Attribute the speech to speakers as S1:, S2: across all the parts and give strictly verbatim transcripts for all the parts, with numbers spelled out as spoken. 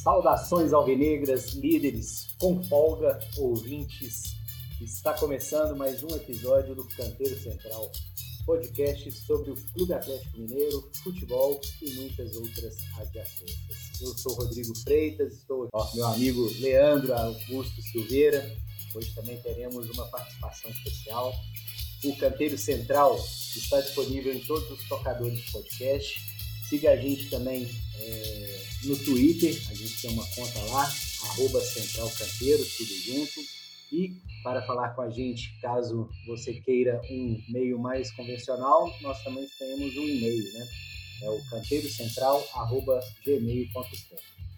S1: Saudações alvinegras, líderes com folga, ouvintes. Está começando mais um episódio do Canteiro Central, podcast sobre o Clube Atlético Mineiro, futebol e muitas outras adjacências. Eu sou Rodrigo Freitas, estou com meu amigo Leandro Augusto Silveira. Hoje também teremos uma participação especial. O Canteiro Central está disponível em todos os tocadores de podcast. Siga a gente também é, no Twitter, a gente tem uma conta lá, arroba Central Canteiro, tudo junto. E para falar com a gente, caso você queira um meio mais convencional, nós também temos um e-mail, né? É o canteirocentral arroba gmail ponto com.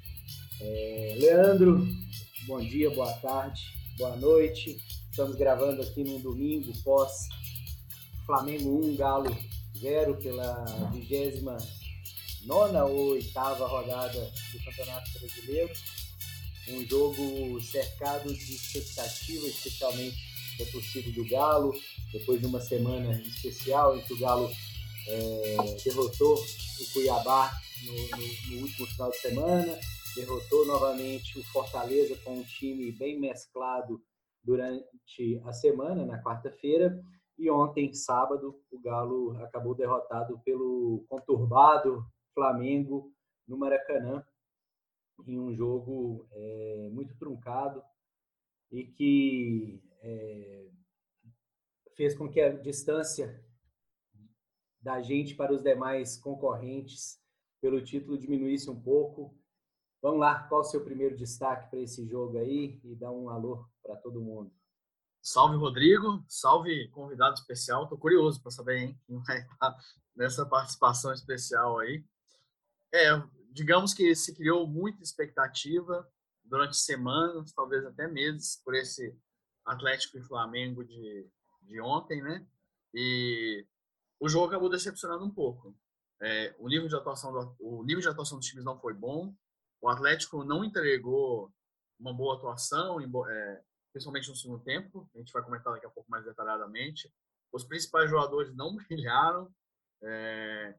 S1: É, Leandro, bom dia, boa tarde, boa noite. Estamos gravando aqui num domingo pós Flamengo um, Galo zero pela vigésima nona ou oitava rodada do Campeonato Brasileiro. Um jogo cercado de expectativa, especialmente da torcida do Galo, depois de uma semana especial em que o Galo é, derrotou o Cuiabá no, no, no último final de semana, derrotou novamente o Fortaleza com um time bem mesclado durante a semana, na quarta-feira, e ontem, sábado, o Galo acabou derrotado pelo conturbado Flamengo no Maracanã, em um jogo é, muito truncado e que é, fez com que a distância da gente para os demais concorrentes pelo título diminuísse um pouco. Vamos lá, qual o seu primeiro destaque para esse jogo aí? E dá um alô para todo mundo.
S2: Salve, Rodrigo. Salve, convidado especial. Estou curioso para saber, hein, quem vai estar nessa participação especial aí. É, digamos que se criou muita expectativa durante semanas, talvez até meses, por esse Atlético e Flamengo de, de ontem, né? E o jogo acabou decepcionando um pouco. É, o nível de atuação do, o nível de atuação dos times não foi bom. O Atlético não entregou uma boa atuação, é, principalmente no segundo tempo. A gente vai comentar daqui a pouco mais detalhadamente. Os principais jogadores não brilharam. É,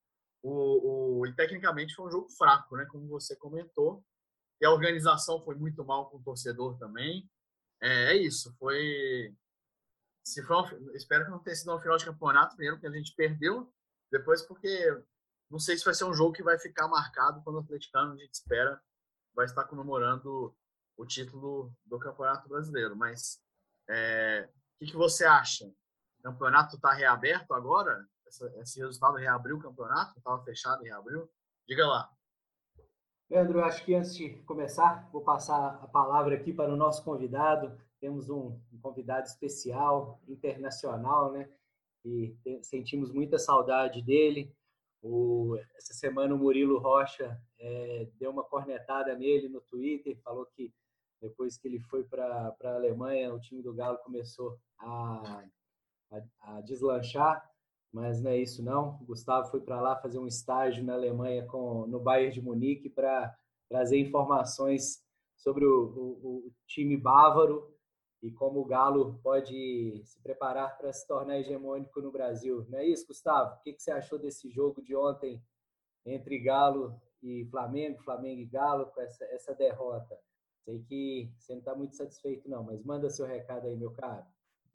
S2: o, o, e tecnicamente foi um jogo fraco, né? Como você comentou. E a organização foi muito mal com o torcedor também. É, é isso. Foi Se for um, espero que não tenha sido um final de campeonato, primeiro porque a gente perdeu, depois porque não sei se vai ser um jogo que vai ficar marcado quando o atleticano, a gente espera, vai estar comemorando o título do Campeonato Brasileiro. Mas é, o que, que você acha? O campeonato está reaberto agora? Essa, esse resultado reabriu o campeonato? Estava fechado e reabriu? Diga lá.
S1: Leandro, acho que antes de começar, vou passar a palavra aqui para o nosso convidado. Temos um, um convidado especial, internacional, né? E te, sentimos muita saudade dele. O, essa semana o Murilo Rocha é, deu uma cornetada nele no Twitter, falou que depois que ele foi para a Alemanha, o time do Galo começou a, a, a deslanchar. Mas não é isso não. O Gustavo foi para lá fazer um estágio na Alemanha com, no Bayern de Munique para trazer informações sobre o, o, o time bávaro e como o Galo pode se preparar para se tornar hegemônico no Brasil. Não é isso, Gustavo? O que, que você achou desse jogo de ontem entre Galo e Flamengo, Flamengo e Galo, com essa, essa derrota? Sei que você não está muito satisfeito não, mas manda seu recado aí, meu caro.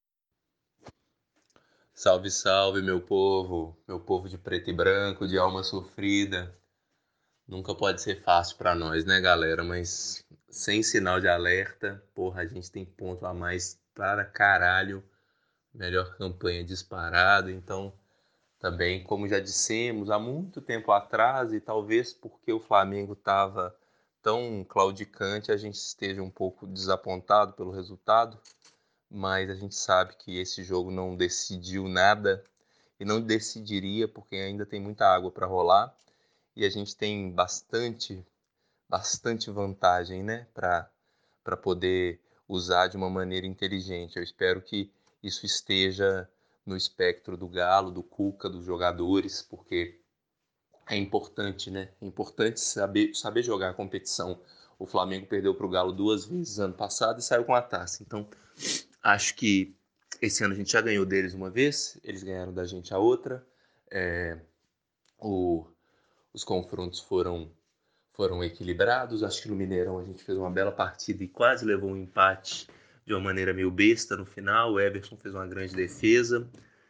S3: Salve, salve, meu povo, meu povo de preto e branco, de alma sofrida. Nunca pode ser fácil pra nós, né, galera? Mas sem sinal de alerta, porra, a gente tem ponto a mais para caralho. Melhor campanha disparado. Então, também, como já dissemos, há muito tempo atrás, e talvez porque o Flamengo estava tão claudicante, a gente esteja um pouco desapontado pelo resultado. Mas a gente sabe que esse jogo não decidiu nada e não decidiria porque ainda tem muita água para rolar e a gente tem bastante, bastante vantagem, né, para para poder usar de uma maneira inteligente. Eu espero que isso esteja no espectro do Galo, do Cuca, dos jogadores, porque é importante, né? É importante saber, saber jogar a competição. O Flamengo perdeu para o Galo duas vezes ano passado e saiu com a taça. Então, acho que esse ano a gente já ganhou deles uma vez, eles ganharam da gente a outra. É, o, os confrontos foram, foram equilibrados. Acho que no Mineirão a gente fez uma bela partida e quase levou um empate de uma maneira meio besta no final. O Everson fez uma grande defesa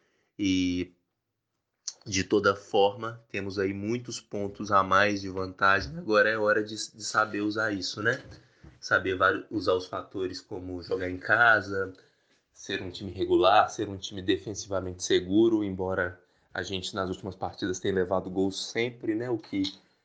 S3: e, de toda forma, temos aí muitos pontos a mais de vantagem. Agora é hora de, de saber usar isso, né? Saber usar os fatores como jogar em casa, ser um time regular, ser um time defensivamente seguro, embora a gente nas últimas partidas tenha levado gols sempre, né? O que,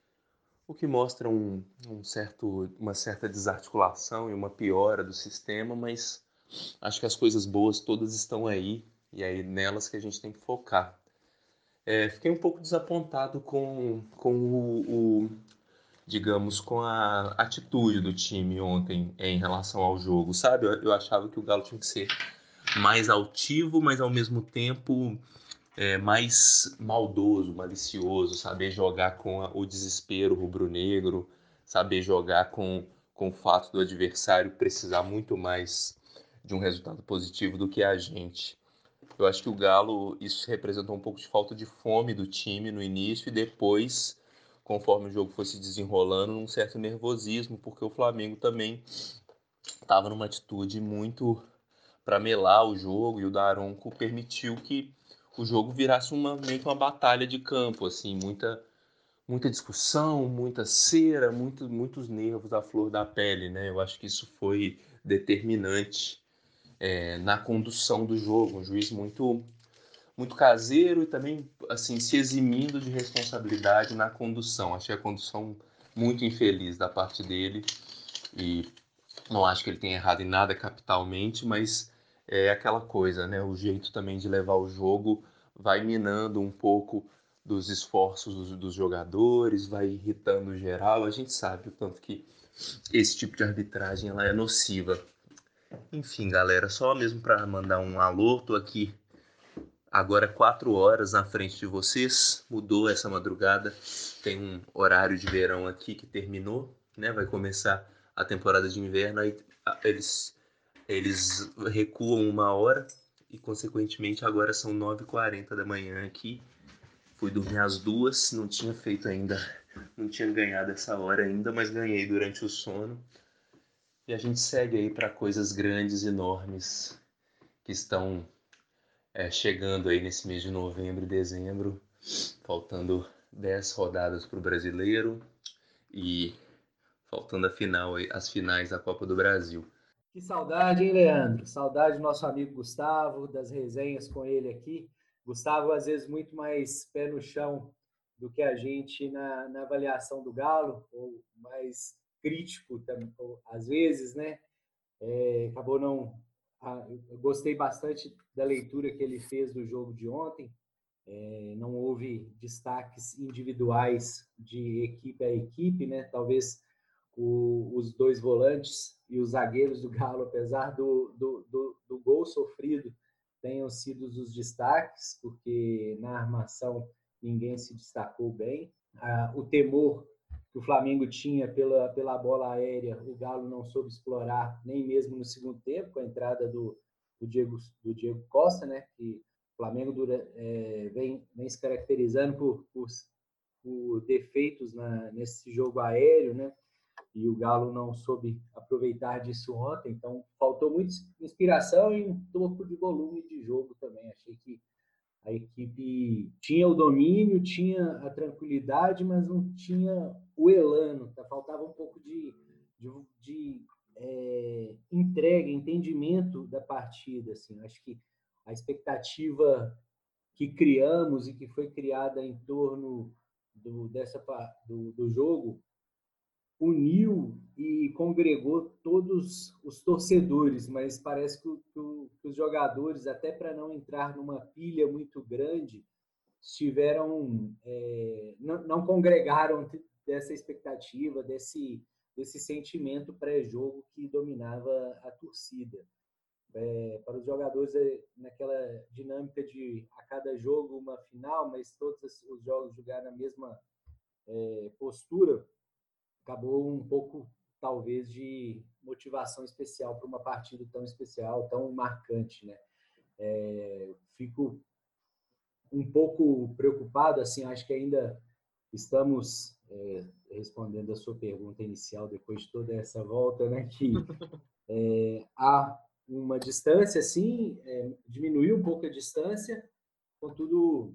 S3: o que mostra um, um certo, uma certa desarticulação e uma piora do sistema, mas acho que as coisas boas todas estão aí e é nelas que a gente tem que focar. É, fiquei um pouco desapontado com, com o, o, digamos, com a atitude do time ontem em relação ao jogo, sabe? Eu, eu achava que o Galo tinha que ser mais altivo, mas ao mesmo tempo é, mais maldoso, malicioso, saber jogar com a, o desespero rubro-negro, saber jogar com, com o fato do adversário precisar muito mais de um resultado positivo do que a gente. Eu acho que o Galo, isso representou um pouco de falta de fome do time no início e depois, conforme o jogo foi se desenrolando, um certo nervosismo, porque o Flamengo também estava numa atitude muito para melar o jogo e o Daronco permitiu que o jogo virasse uma, meio que uma batalha de campo, assim, muita, muita discussão, muita cera, muito, muitos nervos à flor da pele, né? Eu acho que isso foi determinante é, na condução do jogo, um juiz muito muito caseiro e também assim se eximindo de responsabilidade na condução. Achei a condução muito infeliz da parte dele e não acho que ele tenha errado em nada capitalmente, mas é aquela coisa, né? O jeito também de levar o jogo vai minando um pouco dos esforços dos, dos jogadores, vai irritando geral. A gente sabe o tanto que esse tipo de arbitragem ela é nociva. Enfim, galera, só mesmo para mandar um alô, tô aqui agora quatro horas na frente de vocês, mudou essa madrugada, tem um horário de verão aqui que terminou, né? Vai começar a temporada de inverno, aí eles, eles recuam uma hora e consequentemente agora são nove e quarenta da manhã aqui. Fui dormir às duas, não tinha feito ainda, não tinha ganhado essa hora ainda, mas ganhei durante o sono. E a gente segue aí para coisas grandes, enormes, que estão É, chegando aí nesse mês de novembro e dezembro, faltando dez rodadas para o brasileiro e faltando a final, as finais da Copa do Brasil.
S1: Que saudade, hein, Leandro? Saudade do nosso amigo Gustavo, das resenhas com ele aqui. Gustavo, às vezes, muito mais pé no chão do que a gente na, na avaliação do Galo, ou mais crítico, ou, às vezes, né? É, acabou não... Eu gostei bastante da leitura que ele fez do jogo de ontem. É, não houve destaques individuais de equipe a equipe, né? Talvez o, os dois volantes e os zagueiros do Galo, apesar do, do, do, do gol sofrido, tenham sido os destaques, porque na armação ninguém se destacou bem. Ah, o temor que o Flamengo tinha pela, pela bola aérea, o Galo não soube explorar, nem mesmo no segundo tempo, com a entrada do, do, Diego, do Diego Costa, né? Que o Flamengo dura, é, vem, vem se caracterizando por, por, por defeitos na, nesse jogo aéreo, né? E o Galo não soube aproveitar disso ontem, então faltou muita inspiração e um pouco de volume de jogo também. Achei que a equipe tinha o domínio, tinha a tranquilidade, mas não tinha o elano, tá? Faltava um pouco de, de, de é, entrega, entendimento da partida. Assim. Acho que a expectativa que criamos e que foi criada em torno do, dessa, do, do jogo uniu e congregou todos os torcedores, mas parece que, que, que os jogadores, até para não entrar numa pilha muito grande, estiveram é, não, não congregaram dessa expectativa, desse, desse sentimento pré-jogo que dominava a torcida. É, para os jogadores, é, naquela dinâmica de a cada jogo uma final, mas todos os jogos jogar na mesma é, postura, acabou um pouco, talvez, de motivação especial para uma partida tão especial, tão marcante, né? É, fico um pouco preocupado, assim, acho que ainda estamos é, respondendo a sua pergunta inicial, depois de toda essa volta, né, que é, há uma distância, sim, é, diminuiu um pouco a distância, contudo,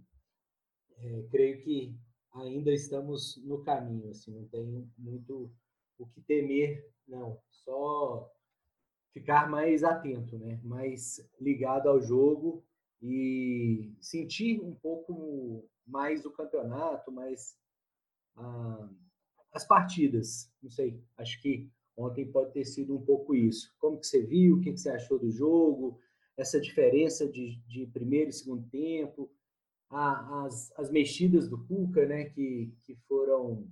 S1: é, creio que ainda estamos no caminho, assim, não tem muito o que temer, não, só ficar mais atento, né, mais ligado ao jogo e sentir um pouco mais o campeonato, mais ah, as partidas, não sei, acho que ontem pode ter sido um pouco isso. Como que você viu, o que, que você achou do jogo, essa diferença de, de primeiro e segundo tempo, a, as, as mexidas do Cuca, né, que, que foram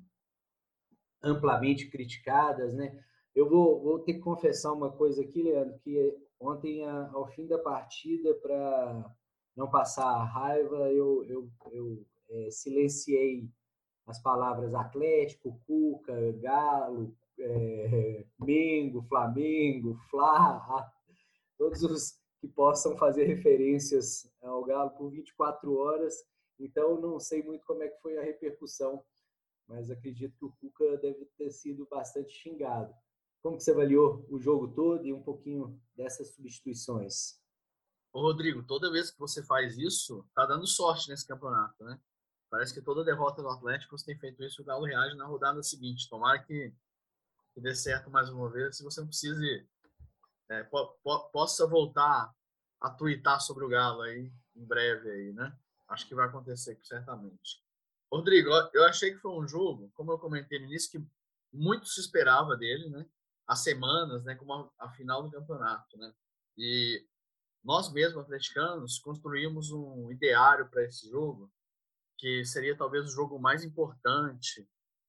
S1: amplamente criticadas, né? Eu vou, vou ter que confessar uma coisa aqui, Leandro, que ontem, ao fim da partida, para não passar a raiva, eu, eu, eu é, silenciei as palavras Atlético, Cuca, Galo, é, Mengo, Flamengo, Fla, todos os que possam fazer referências ao Galo por vinte e quatro horas. Então, não sei muito como é que foi a repercussão, mas acredito que o Cuca deve ter sido bastante xingado. Como que você avaliou o jogo todo e um pouquinho dessas substituições?
S2: Ô, Rodrigo, toda vez que você faz isso, tá dando sorte nesse campeonato, né? Parece que toda derrota do Atlético você tem feito isso, o Galo reage na rodada seguinte. Tomara que, que dê certo mais uma vez, se você não precise, é, po, po, possa voltar a tuitar sobre o Galo aí em breve aí, né? Acho que vai acontecer certamente. Rodrigo, eu achei que foi um jogo, como eu comentei no início, que muito se esperava dele, né? Há semanas, né? Como a, a final do campeonato, né? E nós mesmos, atleticanos, construímos um ideário para esse jogo, que seria talvez o jogo mais importante,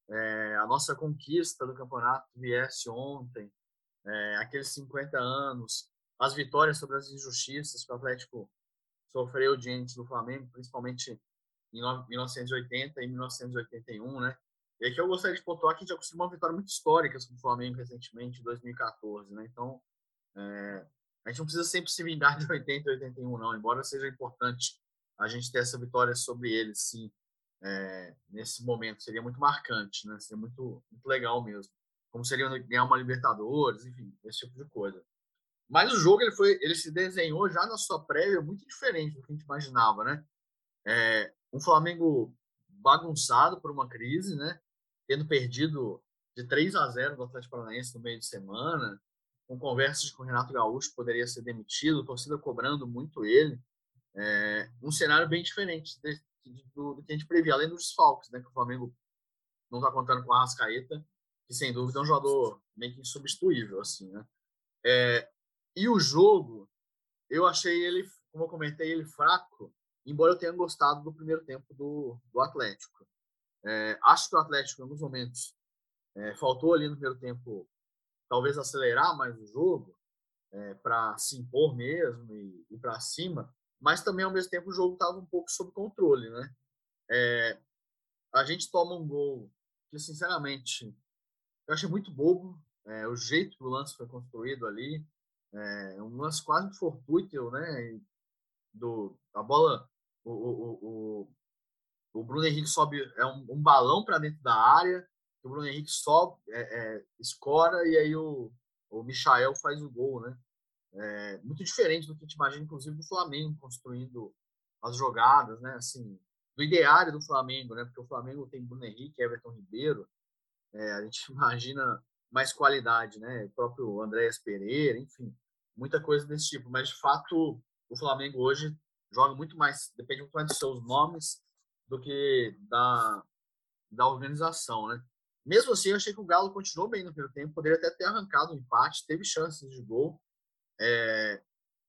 S2: é, a nossa conquista do campeonato viesse ontem, é, aqueles cinquenta anos, as vitórias sobre as injustiças que o Atlético sofreu diante do Flamengo, principalmente em mil novecentos e oitenta e mil novecentos e oitenta e um, né? E aqui eu gostaria de pontuar que a gente já conseguiu uma vitória muito histórica sobre o Flamengo recentemente, em dois mil e quatorze, né? Então, é, a gente não precisa sempre se vingar de oitenta e oitenta e um, não, embora seja importante a gente ter essa vitória sobre eles, sim, é, nesse momento. Seria muito marcante, né? Seria muito, muito legal mesmo. Como seria ganhar uma Libertadores, enfim, esse tipo de coisa. Mas o jogo ele foi, ele se desenhou já na sua prévia muito diferente do que a gente imaginava, né? É, um Flamengo bagunçado por uma crise, né? Tendo perdido de três a zero do Atlético Paranaense no meio de semana, com conversas de que o Renato Gaúcho poderia ser demitido, a torcida cobrando muito ele. É, um cenário bem diferente de, de, do, do que a gente previa, além dos desfalques, né? Que o Flamengo não está contando com o Arrascaeta, que sem dúvida é um jogador meio que insubstituível, assim, né? É, e o jogo, eu achei ele, como eu comentei, ele fraco, embora eu tenha gostado do primeiro tempo do, do Atlético. É, acho que o Atlético, em alguns momentos, é, faltou ali no primeiro tempo, talvez acelerar mais o jogo, é, para se impor mesmo e ir para cima, mas também, ao mesmo tempo, o jogo estava um pouco sob controle, né? É, a gente toma um gol que, sinceramente, eu achei muito bobo, é, o jeito que o lance foi construído ali, é um lance quase fortuito, né? Do, a bola, o, o, o, o Bruno Henrique sobe, é um, um balão para dentro da área, o Bruno Henrique sobe, é, é, escora, e aí o, o Michael faz o gol, né? É, muito diferente do que a gente imagina, inclusive, do Flamengo construindo as jogadas, né? Assim, do ideário do Flamengo, né? Porque o Flamengo tem Bruno Henrique, Everton Ribeiro, é, a gente imagina mais qualidade, né? O próprio Andréas Pereira, enfim, muita coisa desse tipo. Mas, de fato, o Flamengo hoje joga muito mais, depende muito mais dos seus nomes do que da, da organização, né? Mesmo assim, eu achei que o Galo continuou bem no primeiro tempo, poderia até ter arrancado um empate, teve chances de gol. É,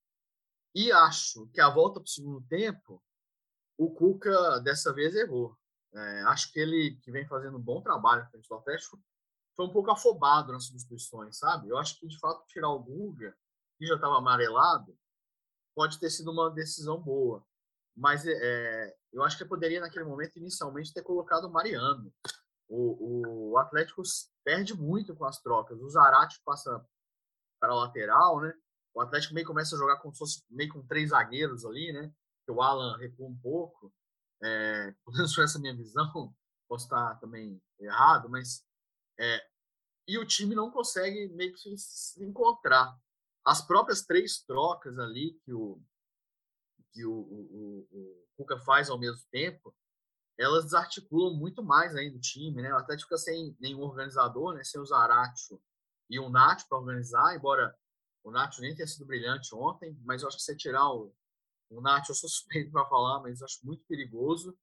S2: e acho que a volta para o segundo tempo, o Cuca dessa vez errou. É, acho que ele, que vem fazendo um bom trabalho frente ao Atlético, foi um pouco afobado nas substituições, sabe? Eu acho que, de fato, tirar o Guga, que já estava amarelado, pode ter sido uma decisão boa. Mas é, eu acho que eu poderia, naquele momento, inicialmente, ter colocado o Mariano. O, o Atlético perde muito com as trocas. O Zarate passa para a lateral, né? O Atlético meio começa a jogar como se fosse meio com três zagueiros ali, né? Que o Alan recua um pouco. É, pelo menos foi essa minha visão. posso estar também errado, mas é, e o time não consegue meio que se encontrar. As próprias três trocas ali que o que o, o, o, o Cuca faz ao mesmo tempo, elas desarticulam muito mais ainda o time, né? O Atlético fica sem nenhum organizador, né? Sem o Zaratio e o Nacho para organizar, embora o Nacho nem tenha sido brilhante ontem, mas eu acho que você tirar o, o Nacho, eu sou suspeito para falar, mas eu acho muito perigoso.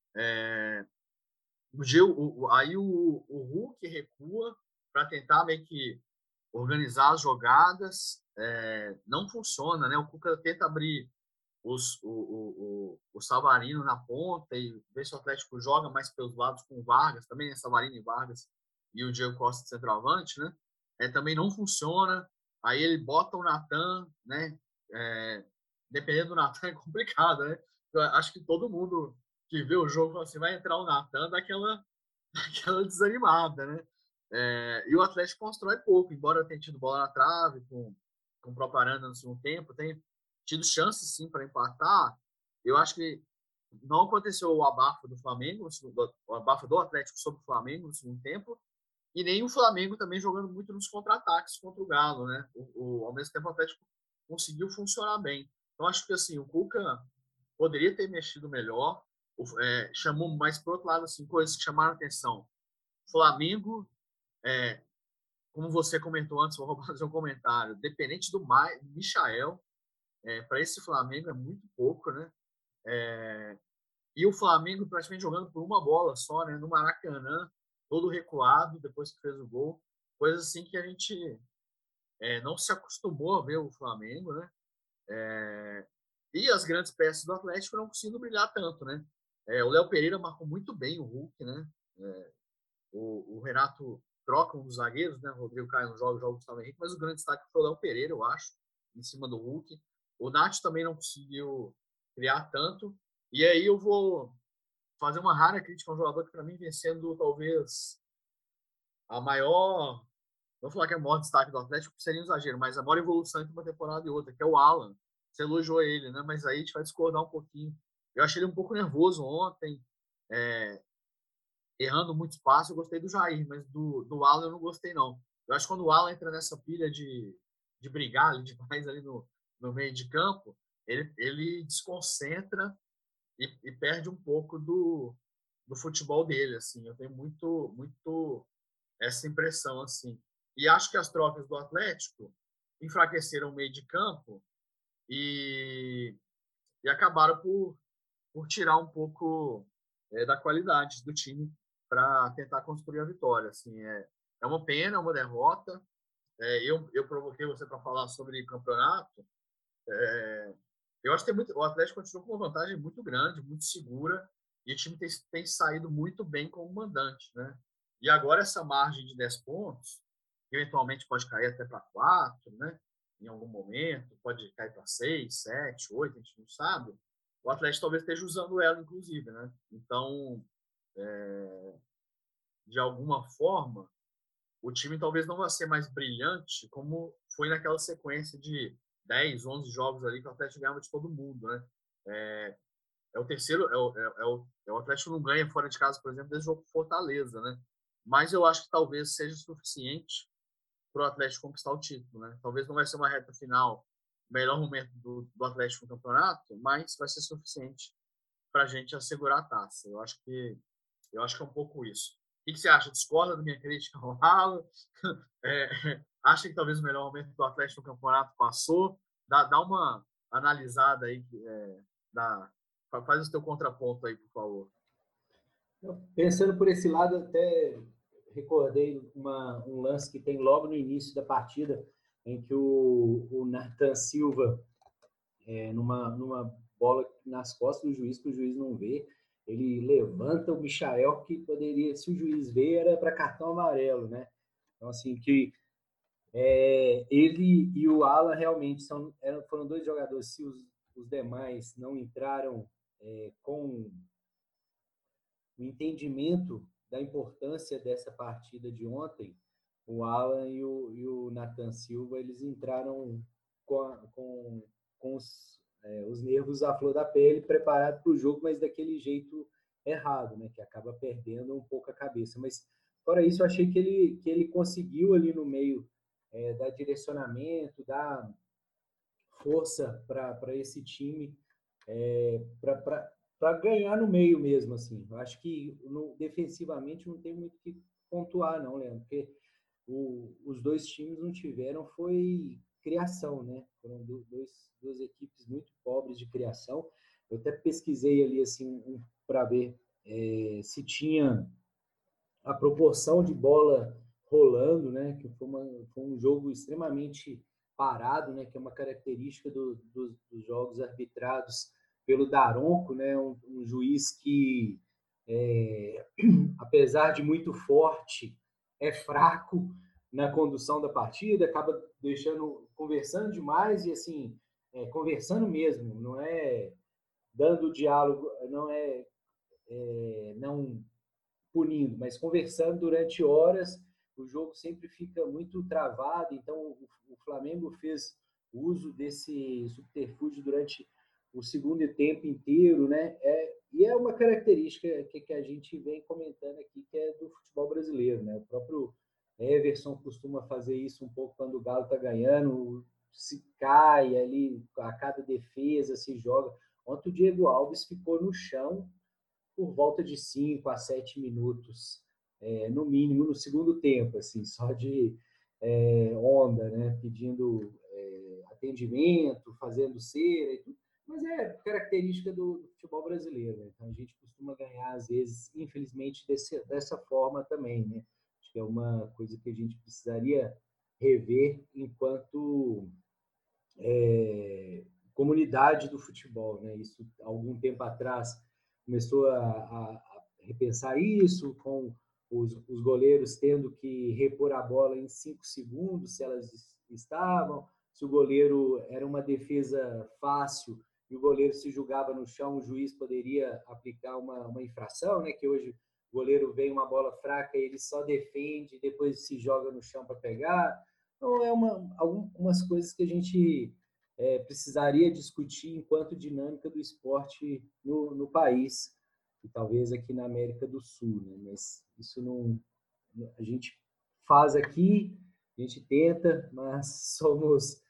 S2: É, o Gil, o, aí o, o Hulk recua para tentar meio que organizar as jogadas, é, não funciona, né? O Cuca tenta abrir os, o, o, o, o Savarino na ponta e ver se o Atlético joga mais pelos lados com o Vargas, também né? Savarino e Vargas e o Diego Costa de centroavante, né? É, também não funciona. Aí ele bota o Natan, né? É, dependendo do Natan é complicado, né? Eu acho que todo mundo que vê o jogo assim, vai entrar o Natan daquela, daquela desanimada, né? É, e o Atlético constrói pouco, embora tenha tido bola na trave com, com o próprio Arana no segundo tempo, tem tido chances sim para empatar. Eu acho que não aconteceu o abafo do Flamengo, o abafo do Atlético sobre o Flamengo no segundo tempo, e nem o Flamengo também jogando muito nos contra-ataques contra o Galo, né? O, o, ao mesmo tempo o Atlético conseguiu funcionar bem. Então acho que assim, o Cuca poderia ter mexido melhor, é, chamou mais para outro lado assim, coisas que chamaram atenção. Flamengo, é, como você comentou antes, vou fazer um comentário, dependente do Ma Michael, é, para esse Flamengo é muito pouco, né? É, e o Flamengo praticamente jogando por uma bola só, né? No Maracanã, todo recuado depois que fez o gol. Coisa assim que a gente é, não se acostumou a ver o Flamengo, né? É, e as grandes peças do Atlético não conseguindo brilhar tanto, né? É, o Léo Pereira marcou muito bem o Hulk, né? É, o, o Renato troca um dos zagueiros, né? O Rodrigo Caio não joga, joga o Gustavo Henrique, mas o grande destaque foi o Léo Pereira, eu acho, em cima do Hulk. O Nath também não conseguiu criar tanto. E aí eu vou fazer uma rara crítica a um jogador que, para mim, vem sendo talvez a maior. Não vou falar que é o maior destaque do Atlético, seria um exagero, mas a maior evolução entre uma temporada e outra, que é o Alan. Você elogiou ele, né? Mas aí a gente vai discordar um pouquinho. Eu achei ele um pouco nervoso ontem, é, errando muito espaço. Eu gostei do Jair, mas do, do Alan eu não gostei, não. Eu acho que quando o Alan entra nessa pilha de, de brigar ali demais ali no, no meio de campo, ele, ele desconcentra e, e perde um pouco do, do futebol dele, assim. Eu tenho muito, muito essa impressão, assim. E acho que as trocas do Atlético enfraqueceram o meio de campo e, e acabaram por, por tirar um pouco é, da qualidade do time para tentar construir a vitória. Assim, é, é uma pena, é uma derrota. É, eu, eu provoquei você para falar sobre campeonato. É, eu acho que tem muito, o Atlético continua com uma vantagem muito grande, muito segura, e o time tem, tem saído muito bem como mandante, né? E agora essa margem de dez pontos, que eventualmente pode cair até para quatro, né? Em algum momento, pode cair para seis, sete, oito, a gente não sabe. O Atlético talvez esteja usando ela, inclusive, né? Então, é, de alguma forma, o time talvez não vá ser mais brilhante como foi naquela sequência de dez, onze jogos ali que o Atlético ganhava de todo mundo, né? É, é o terceiro, é o, é, é, o, é o Atlético não ganha fora de casa, por exemplo, desse jogo com Fortaleza, né? Mas eu acho que talvez seja suficiente para o Atlético conquistar o título, né? Talvez não vai ser uma reta final, o melhor momento do, do Atlético no campeonato, mas vai ser suficiente para a gente assegurar a taça. Eu acho que eu acho que é um pouco isso. O que, que você acha? Discorda da minha crítica ao Haaland? É, acha que talvez o melhor momento do Atlético no campeonato passou? Dá, dá uma analisada aí, é, dá, faz o teu contraponto aí, por favor.
S1: Pensando por esse lado, até recordei uma, um lance que tem logo no início da partida, em que o, o Nathan Silva, é, numa, numa bola nas costas do juiz, que o juiz não vê, ele levanta o Michael, que poderia, se o juiz vê, era para cartão amarelo, né? Então, assim, que é, ele e o Alan realmente são, eram, foram dois jogadores, se os, os demais não entraram é, com o entendimento da importância dessa partida de ontem, o Alan e o, e o Nathan Silva, eles entraram com, a, com, com os, é, os nervos à flor da pele, preparados para o jogo, mas daquele jeito errado, né? Que acaba perdendo um pouco a cabeça. Mas, fora isso, eu achei que ele, que ele conseguiu ali no meio é, dar direcionamento, dar força para esse time, é, para ganhar no meio mesmo, assim. Eu acho que no, defensivamente não tem muito o que pontuar, não, Leandro, porque o, os dois times não tiveram foi criação, né? Foram dois, duas equipes muito pobres de criação. Eu até pesquisei ali assim um, para ver é, se tinha a proporção de bola rolando, né? Que foi, uma, foi um jogo extremamente parado, né? Que é uma característica do, do, dos jogos arbitrados pelo Daronco, né? Um, um juiz que, é, apesar de muito forte, é fraco na condução da partida, acaba deixando conversando demais e assim é, conversando mesmo, não é dando diálogo, não é, é não punindo, mas conversando durante horas, o jogo sempre fica muito travado. Então, o, o Flamengo fez uso desse subterfúgio durante o segundo tempo inteiro, né? É, e é uma característica que, que a gente vem comentando aqui, que é do futebol brasileiro, né? O próprio Everson costuma fazer isso um pouco quando o Galo está ganhando, se cai ali, a cada defesa se joga. Ontem o Diego Alves ficou no chão por volta de cinco a sete minutos, é, no mínimo, no segundo tempo, assim, só de é, onda, né? Pedindo é, atendimento, fazendo cera e tudo. Mas é característica do, do futebol brasileiro, né? Então a gente costuma ganhar, às vezes, infelizmente, desse, dessa forma também, né? Acho que é uma coisa que a gente precisaria rever enquanto é, comunidade do futebol, né? Isso, algum tempo atrás, começou a, a, a repensar isso, com os, os goleiros tendo que repor a bola em cinco segundos, se elas estavam, se o goleiro era uma defesa fácil e o goleiro se julgava no chão, o juiz poderia aplicar uma, uma infração, né? Que hoje o goleiro vem uma bola fraca e ele só defende, depois se joga no chão para pegar. Então, é uma, algumas coisas que a gente é, precisaria discutir enquanto dinâmica do esporte no, no país, e talvez aqui na América do Sul, né? Mas isso não, a gente faz aqui, a gente tenta, mas somos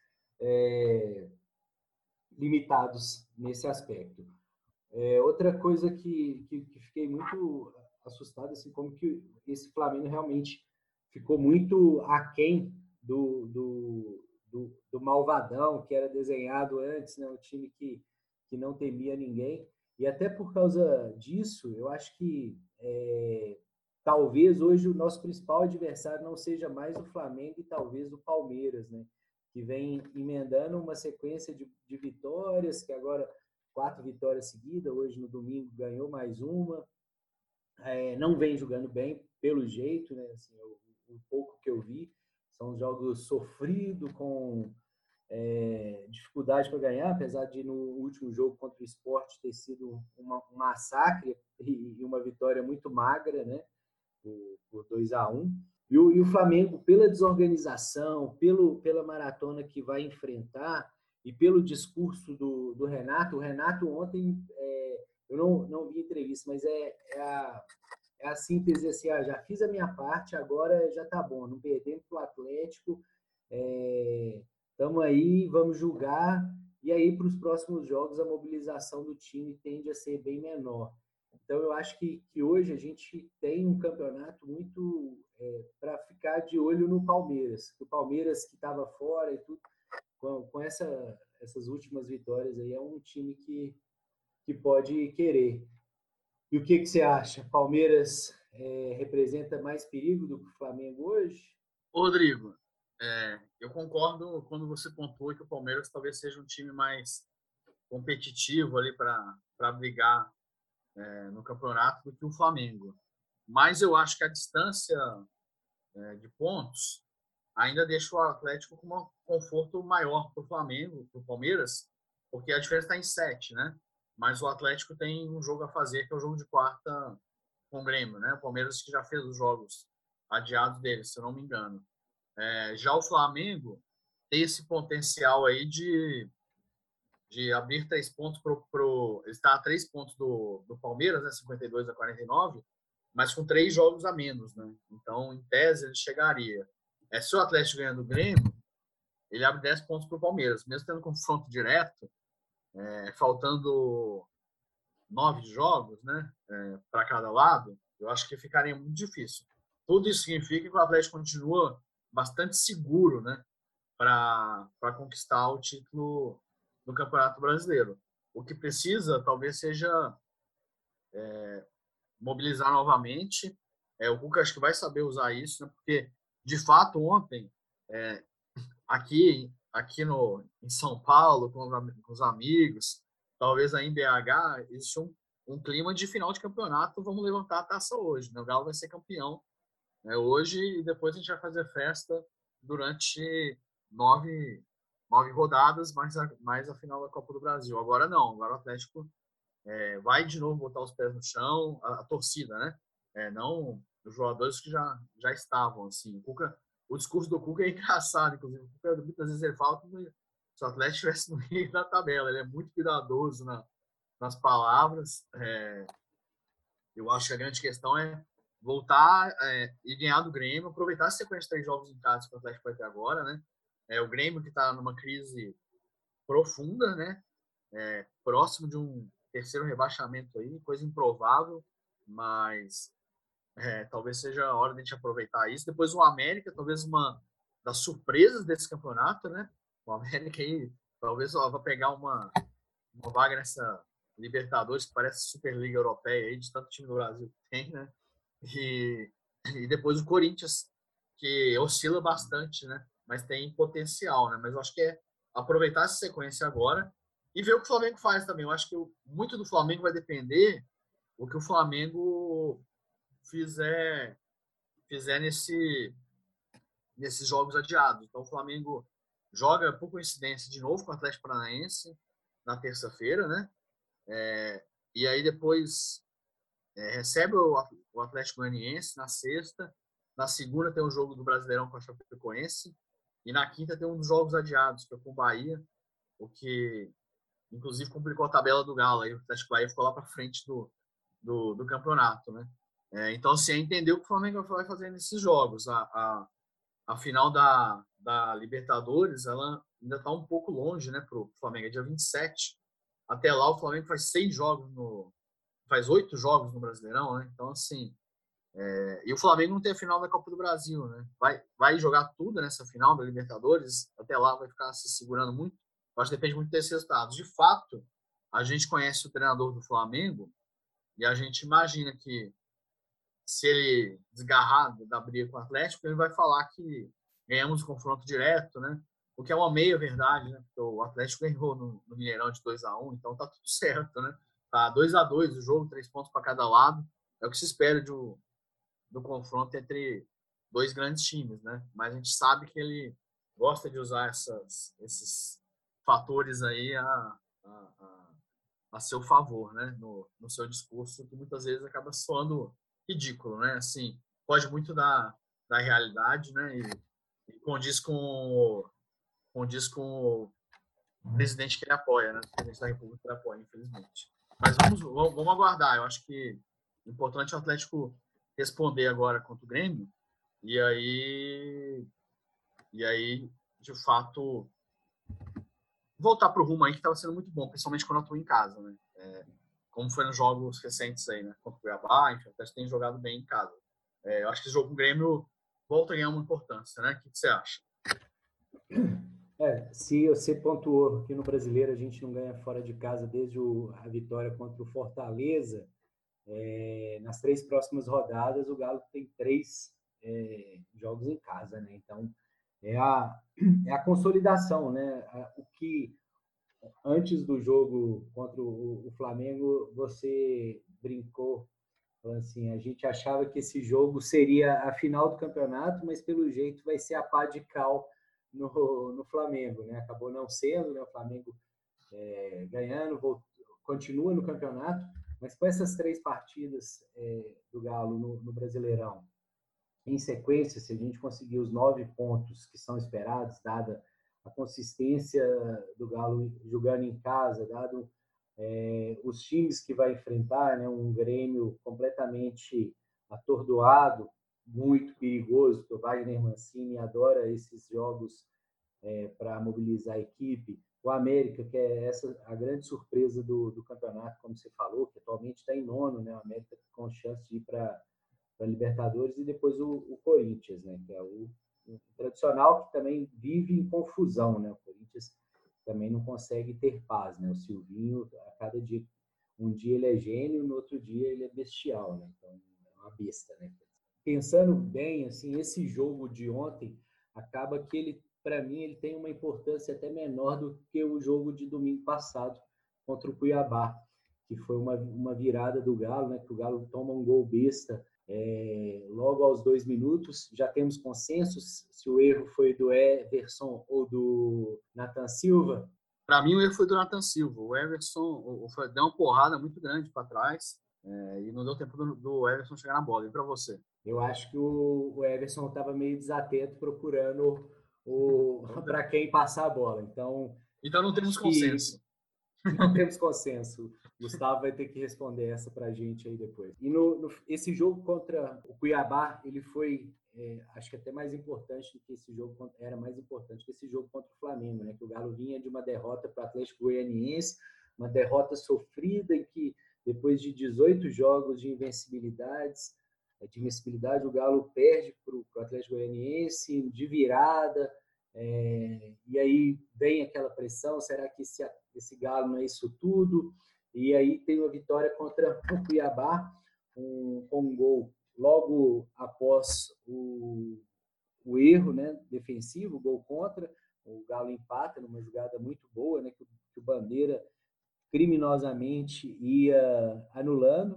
S1: é, limitados nesse aspecto. É, outra coisa que, que, que fiquei muito assustado, assim, como que esse Flamengo realmente ficou muito aquém do, do, do, do malvadão que era desenhado antes, né? Um time que, que não temia ninguém. E até por causa disso, eu acho que é, talvez hoje o nosso principal adversário não seja mais o Flamengo e talvez o Palmeiras, né? Que vem emendando uma sequência de, de vitórias, que agora quatro vitórias seguidas, hoje no domingo ganhou mais uma, é, não vem jogando bem, pelo jeito, né? Assim, o, o pouco que eu vi, são jogos sofridos, com é, dificuldade para ganhar, apesar de no último jogo contra o Sport ter sido uma, um massacre e, e uma vitória muito magra, né? Por, por dois a um. E o, e o Flamengo, pela desorganização, pelo, pela maratona que vai enfrentar, e pelo discurso do, do Renato, o Renato ontem, é, eu não, não vi entrevista, mas é, é, a, é a síntese assim, ah, já fiz a minha parte, agora já tá bom, não perdemos para o Atlético, estamos é, aí, vamos julgar, e aí para os próximos jogos a mobilização do time tende a ser bem menor. Então eu acho que, que hoje a gente tem um campeonato muito é, para ficar de olho no Palmeiras, o Palmeiras que estava fora e tudo, com, com essa, essas últimas vitórias aí, é um time que, que pode querer. E o que, que você acha? Palmeiras é, representa mais perigo do que o Flamengo hoje?
S2: Rodrigo, é, eu concordo quando você pontuou que o Palmeiras talvez seja um time mais competitivo ali para brigar é, no campeonato do que o Flamengo. Mas eu acho que a distância é, de pontos ainda deixa o Atlético com um conforto maior para o Flamengo, para o Palmeiras, porque a diferença está em sete, né? Mas o Atlético tem um jogo a fazer, que é o jogo de quarta com o Grêmio, né? O Palmeiras que já fez os jogos adiados dele, se eu não me engano. É, já o Flamengo tem esse potencial aí de, de abrir três pontos pro, pro ele está a três pontos do, do Palmeiras, né, cinquenta e dois a quarenta e nove, mas com três jogos a menos, né? Então, em tese, ele chegaria. É, se o Atlético ganhar do Grêmio, ele abre dez pontos para o Palmeiras, mesmo tendo confronto direto, é, faltando nove jogos, né, é, para cada lado, eu acho que ficaria muito difícil. Tudo isso significa que o Atlético continua bastante seguro, né, para conquistar o título do Campeonato Brasileiro. O que precisa, talvez, seja é, mobilizar novamente. É, o Cuca acho que vai saber usar isso, né, porque, de fato, ontem, é, aqui, aqui no, em São Paulo, com os, com os amigos, talvez aí em B H, existe um, um clima de final de campeonato. Vamos levantar a taça hoje, né? O Galo vai ser campeão, né, hoje, e depois a gente vai fazer festa durante nove, nove rodadas, mais a, mais a final da Copa do Brasil. Agora não, agora o Atlético é, vai de novo botar os pés no chão, a, a torcida, né? É, não os jogadores que já, já estavam, assim. O, Cuca, o discurso do Cuca é engraçado, inclusive. O Cuca, muitas vezes ele fala como se o Atlético estivesse no meio da tabela. Ele é muito cuidadoso na, nas palavras. É, eu acho que a grande questão é voltar é, e ganhar do Grêmio, aproveitar a sequência de três jogos em casa que o Atlético vai ter agora, né? É, o Grêmio que está numa crise profunda, né? É, próximo de um terceiro rebaixamento aí, coisa improvável, mas é, talvez seja a hora de a gente aproveitar isso. Depois o América, talvez uma das surpresas desse campeonato, né? O América aí, talvez ó, vai pegar uma, uma vaga nessa Libertadores, que parece Superliga Europeia aí, de tanto time do Brasil que tem, né? E, e depois o Corinthians, que oscila bastante, né? Mas tem potencial, né? Mas eu acho que é aproveitar essa sequência agora e ver o que o Flamengo faz também. Eu acho que muito do Flamengo vai depender o que o Flamengo fizer, fizer nesse, nesses jogos adiados. Então, o Flamengo joga, por coincidência, de novo com o Atlético Paranaense na terça-feira, né? É, e aí depois é, recebe o Atlético Goianiense na sexta. Na segunda tem o jogo do Brasileirão com a Chapecoense. E na quinta tem um dos jogos adiados, que é com o Bahia, o que inclusive complicou a tabela do Galo. Aí o Atlético Bahia ficou lá para frente do, do, do campeonato, né? É, então, assim, é entender o que o Flamengo vai fazer nesses jogos. A, a, a final da, da Libertadores, ela ainda está um pouco longe, né, para o Flamengo. É dia vinte e sete. Até lá, o Flamengo faz seis jogos no... faz oito jogos no Brasileirão, né? Então, assim... É, e o Flamengo não tem a final da Copa do Brasil, né? Vai, vai jogar tudo nessa final da Libertadores. Até lá vai ficar se segurando muito. Eu acho que depende muito desses resultados. De fato, a gente conhece o treinador do Flamengo e a gente imagina que se ele desgarrar da briga com o Atlético, ele vai falar que ganhamos o confronto direto, né? O que é uma meia verdade, né? Porque o Atlético ganhou no, no Mineirão de dois a um, então tá tudo certo, né? Tá dois a dois o jogo, três pontos para cada lado. É o que se espera de um, do confronto entre dois grandes times, né? Mas a gente sabe que ele gosta de usar essas, esses fatores aí a, a, a, a seu favor, né? No, no seu discurso, que muitas vezes acaba soando ridículo, né? Assim, pode muito da, da realidade, né? E, e condiz com condiz com o presidente que ele apoia, né? O presidente da República que ele apoia, infelizmente. Mas vamos, vamos, vamos aguardar. Eu acho que o importante é o Atlético responder agora contra o Grêmio e aí e aí de fato voltar para o rumo aí que estava sendo muito bom, principalmente quando eu estou em casa, né? É, como foi nos jogos recentes aí, né? Contra o Cuiabá, enfim, até tem jogado bem em casa. É, eu acho que esse jogo com o Grêmio volta a ganhar uma importância, né? O que, que você acha?
S1: É, se você pontuou que no Brasileiro a gente não ganha fora de casa desde o, a vitória contra o Fortaleza, é, nas três próximas rodadas o Galo tem três é, jogos em casa, né? Então é a, é a consolidação, né? O que antes do jogo contra o, o Flamengo você brincou, assim, a gente achava que esse jogo seria a final do campeonato, mas pelo jeito vai ser a pá de cal no, no Flamengo, né? Acabou não sendo, né? O Flamengo é, ganhando, voltou, continua no campeonato, mas com essas três partidas é, do Galo no, no Brasileirão, em sequência, se a gente conseguir os nove pontos que são esperados, dada a consistência do Galo jogando em casa, dado é, os times que vai enfrentar, né, um Grêmio completamente atordoado, muito perigoso, que o Wagner Mancini adora esses jogos é, para mobilizar a equipe. O América, que é essa a grande surpresa do, do campeonato, como você falou, que atualmente está em nono, né? O América com chance de ir para a Libertadores, e depois o, o Corinthians, né? Que é o, o tradicional, que também vive em confusão, né? O Corinthians também não consegue ter paz, né? O Silvinho, a cada dia, um dia ele é gênio, no outro dia ele é bestial, né? Então, é uma besta, né? Pensando bem, assim, esse jogo de ontem acaba que ele, para mim, ele tem uma importância até menor do que o jogo de domingo passado contra o Cuiabá, que foi uma, uma virada do Galo, né? Que o Galo toma um gol besta é, logo aos dois minutos. Já temos consenso se o erro foi do Everson ou do Nathan Silva.
S2: Para mim, o erro foi do Nathan Silva. O Everson o, o, deu uma porrada muito grande para trás é, e não deu tempo do, do Everson chegar na bola. E para você?
S1: Eu acho que o, o Everson estava meio desatento procurando o, para quem passar a bola. Então,
S2: então não temos consenso.
S1: Não temos consenso. Gustavo vai ter que responder essa para a gente aí depois. E no, no, esse jogo contra o Cuiabá, ele foi, é, acho que até mais importante do que esse jogo, era mais importante que esse jogo contra o Flamengo, né? Que o Galo vinha de uma derrota para o Atlético Goianiense, uma derrota sofrida em que, depois de dezoito jogos de invencibilidades, de invencibilidade, o Galo perde para o Atlético Goianiense de virada, é, e aí vem aquela pressão, será que esse, esse Galo não é isso tudo? E aí tem uma vitória contra o Cuiabá, um, com um gol logo após o, o erro, né, defensivo, o gol contra, o Galo empata numa jogada muito boa, né, que, que o Bandeira criminosamente ia anulando.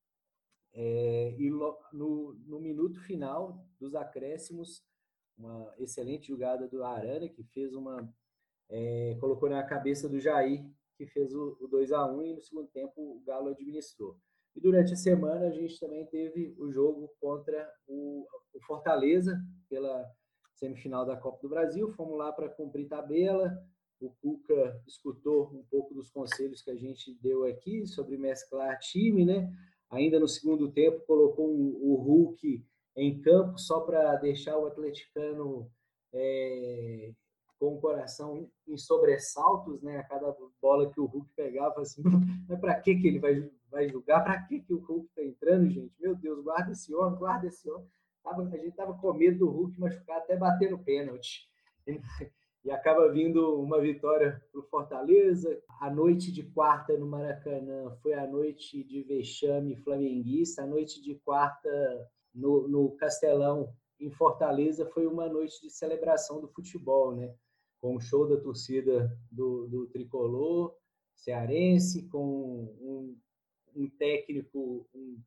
S1: É, e no, no minuto final dos acréscimos, uma excelente jogada do Arana, que fez uma é, colocou na cabeça do Jair, que fez o, o dois a um, e no segundo tempo o Galo administrou. E durante a semana a gente também teve o jogo contra o, o Fortaleza, pela semifinal da Copa do Brasil. Fomos lá para cumprir tabela. O Cuca escutou um pouco dos conselhos que a gente deu aqui sobre mesclar time, né? Ainda no segundo tempo colocou o Hulk em campo só para deixar o atleticano é, com o coração em sobressaltos, né? A cada bola que o Hulk pegava, assim, mas para que que ele vai, vai jogar? Para que que o Hulk está entrando, gente? Meu Deus, guarda esse homem, guarda esse homem. Tava, a gente tava com medo do Hulk machucar até bater no pênalti. E acaba vindo uma vitória para o Fortaleza. A noite de quarta no Maracanã foi a noite de vexame flamenguista. A noite de quarta no, no Castelão, em Fortaleza, foi uma noite de celebração do futebol, né? Com o show da torcida do, do Tricolor cearense, com um, um técnico, um,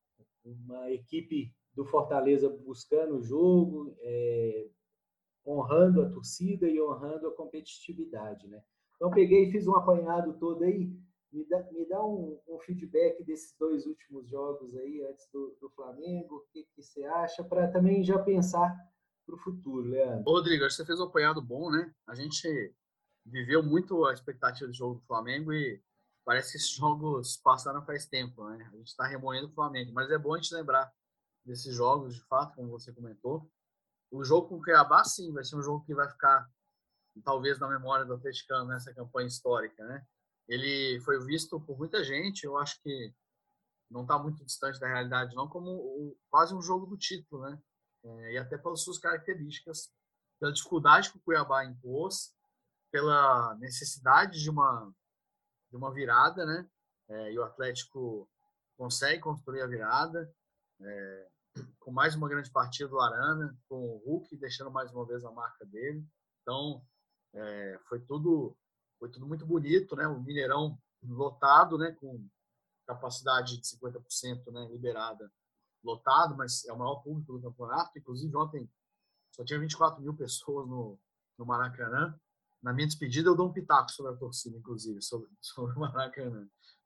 S1: uma equipe do Fortaleza buscando o jogo, é, honrando a torcida e honrando a competitividade, né? Então, peguei e fiz um apanhado todo aí. Me dá, me dá um, um feedback desses dois últimos jogos aí, antes do, do Flamengo. O que, que você acha? Para também já pensar para o futuro, Leandro.
S2: Ô, Rodrigo, acho que você fez um apanhado bom, né? A gente viveu muito a expectativa do jogo do Flamengo e parece que esses jogos passaram faz tempo, né? A gente está remoendo o Flamengo, mas é bom a gente lembrar desses jogos, de fato, como você comentou. O jogo com o Cuiabá, sim, vai ser um jogo que vai ficar, talvez, na memória do atleticano nessa campanha histórica, né? Ele foi visto por muita gente, eu acho que não está muito distante da realidade, não, como o, quase um jogo do título, né? É, e até pelas suas características, pela dificuldade que o Cuiabá impôs, pela necessidade de uma, de uma virada, né? É, e o Atlético consegue construir a virada, é, com mais uma grande partida do Arana, com o Hulk deixando mais uma vez a marca dele. Então, é, foi tudo foi tudo muito bonito, né? O Mineirão lotado, né? Com capacidade de cinquenta por cento, né? Liberada, lotado, mas é o maior público do campeonato. Inclusive, ontem só tinha vinte e quatro mil pessoas no, no Maracanã. Na minha despedida, eu dou um pitaco sobre a torcida, inclusive, sobre, sobre o Maracanã.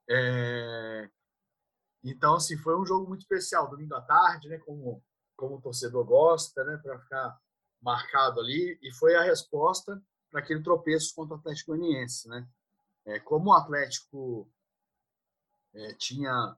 S2: É... Então, assim, foi um jogo muito especial, domingo à tarde, né, como, como o torcedor gosta, né, para ficar marcado ali, e foi a resposta para aquele tropeço contra o Atlético Goianiense, né? É, como o Atlético é, tinha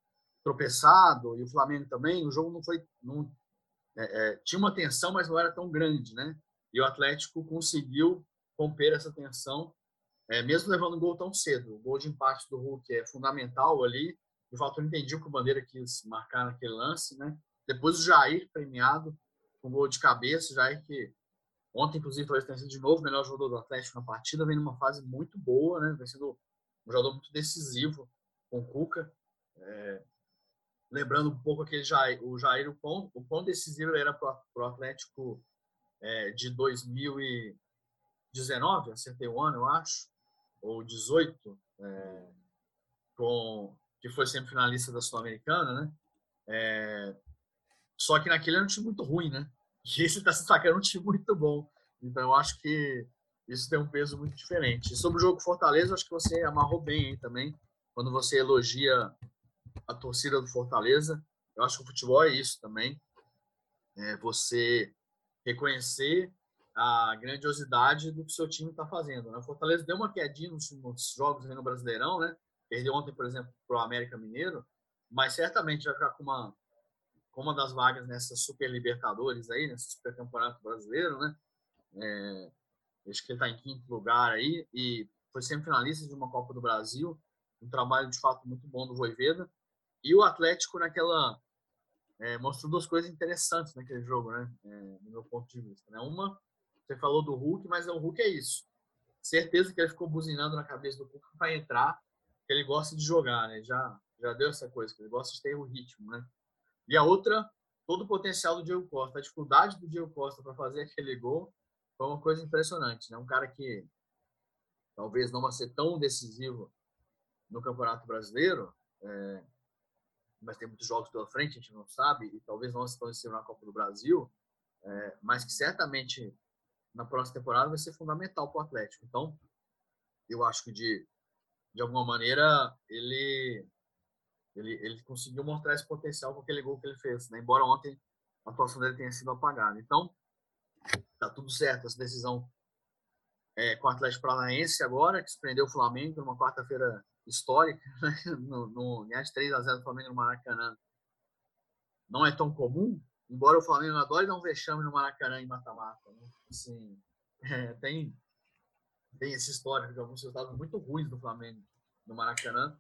S2: tropeçado e o Flamengo também, o jogo não foi... Não, é, é, tinha uma tensão, mas não era tão grande, né? E o Atlético conseguiu romper essa tensão, é, mesmo levando um gol tão cedo. O gol de empate do Hulk é fundamental ali. De fato, eu entendi o que o Bandeira quis marcar naquele lance, né? Depois o Jair premiado com gol de cabeça, o Jair que ontem, inclusive, talvez tenha sido de novo o melhor jogador do Atlético na partida, vem numa fase muito boa, né? Vem sendo um jogador muito decisivo com o Cuca. É, lembrando um pouco aquele Jair, o Jair, o quão, o quão decisivo ele era para o Atlético é, de dois mil e dezenove, acertei o ano, eu acho, ou dezoito, é, com, que foi semifinalista da Sul-Americana, né? É, só que naquele era um time muito ruim, né? E esse está se destacando um time muito bom. Então eu acho que isso tem um peso muito diferente. E sobre o jogo Fortaleza, eu acho que você amarrou bem aí também, quando você elogia a torcida do Fortaleza. Eu acho que o futebol é isso também. É você reconhecer a grandiosidade do que o seu time está fazendo, né? O Fortaleza deu uma quedinha nos, nos jogos aí no Brasileirão, né? Perdeu ontem, por exemplo, para o América Mineiro, mas certamente vai ficar com uma, com uma das vagas nessa Super Libertadores aí, nesse Super Campeonato Brasileiro, né? É, acho que ele está em quinto lugar aí e foi semifinalista de uma Copa do Brasil, um trabalho de fato muito bom do Vojvoda. E o Atlético naquela é, mostrou duas coisas interessantes naquele jogo, né? É, do meu ponto de vista, né? Uma, você falou do Hulk, mas o Hulk é isso. Certeza que ele ficou buzinando na cabeça do Hulk para entrar, que ele gosta de jogar, né? Já, já deu essa coisa, que ele gosta de ter o ritmo, né? E a outra, todo o potencial do Diego Costa, a dificuldade do Diego Costa para fazer aquele gol foi uma coisa impressionante, né? Um cara que talvez não vai ser tão decisivo no Campeonato Brasileiro, é, mas tem muitos jogos pela frente, a gente não sabe, e talvez não se conhecer na Copa do Brasil, é, mas que certamente na próxima temporada vai ser fundamental para o Atlético. Então, eu acho que de, de alguma maneira ele, ele, ele conseguiu mostrar esse potencial com aquele gol que ele fez, né? Embora ontem a atuação dele tenha sido apagada. Então, tá tudo certo, essa decisão é, com o Atlético Paranaense agora, que surpreendeu o Flamengo numa quarta-feira histórica, né? no, no, ganhar de três a zero do Flamengo no Maracanã não é tão comum, embora o Flamengo adore dar um vexame no Maracanã em mata-mata. Né? Assim, é, tem, tem esse histórico de alguns resultados muito ruins do Flamengo no Maracanã.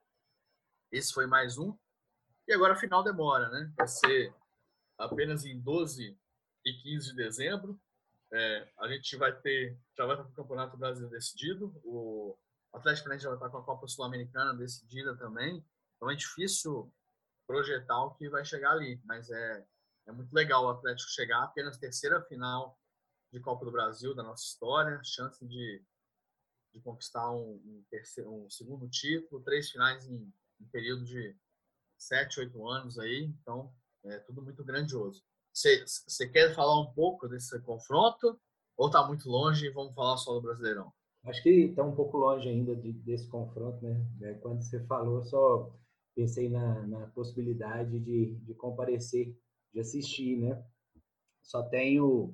S2: Esse foi mais um. E agora a final demora, né? Vai ser apenas em doze e quinze de dezembro. É, a gente vai ter, já vai estar com o Campeonato Brasileiro decidido. O Atlético Paranaense já vai estar com a Copa Sul-Americana decidida também. Então é difícil projetar o que vai chegar ali, mas é, é muito legal o Atlético chegar apenas terceira final de Copa do Brasil da nossa história, chance de, de conquistar um, um, terceiro, um segundo título, três finais em um período de sete, oito anos aí, então é tudo muito grandioso. Você quer falar um pouco desse confronto ou está muito longe e vamos falar só do Brasileirão?
S1: Acho que está um pouco longe ainda de, desse confronto, né? Quando você falou, só pensei na, na possibilidade de, de comparecer, de assistir, né? Só tenho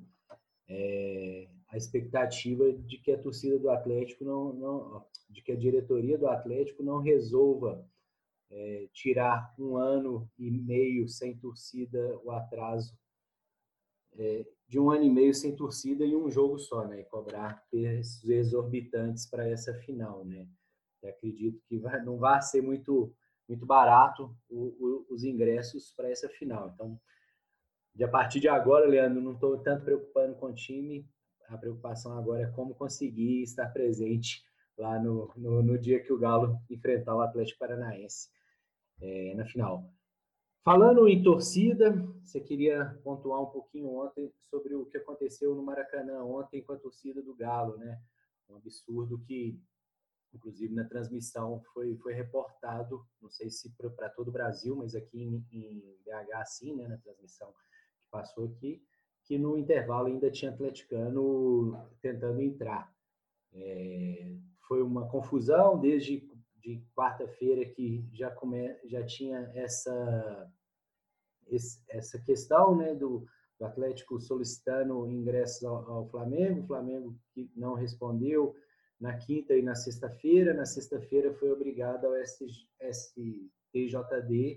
S1: é, a expectativa de que a torcida do Atlético não, não de que a diretoria do Atlético não resolva é, tirar um ano e meio sem torcida, o atraso é, de um ano e meio sem torcida e um jogo só, né? E cobrar preços exorbitantes para essa final, né? Eu acredito que vai, não vai ser muito muito barato o, o, os ingressos para essa final. Então, de a partir de agora, Leandro, não estou tanto preocupando com o time. A preocupação agora é como conseguir estar presente lá no, no, no dia que o Galo enfrentar o Atlético Paranaense é, na final. Falando em torcida, você queria pontuar um pouquinho ontem sobre o que aconteceu no Maracanã ontem com a torcida do Galo, né? Um absurdo que, inclusive na transmissão, foi, foi reportado, não sei se para todo o Brasil, mas aqui em, em B H, sim, né, na transmissão que passou aqui, que no intervalo ainda tinha atleticano tentando entrar. É, foi uma confusão desde de quarta-feira que já, come, já tinha essa, esse, essa questão, né, do, do Atlético solicitando ingressos ao, ao Flamengo, o Flamengo que não respondeu na quinta e na sexta-feira. Na sexta-feira foi obrigado ao S T J D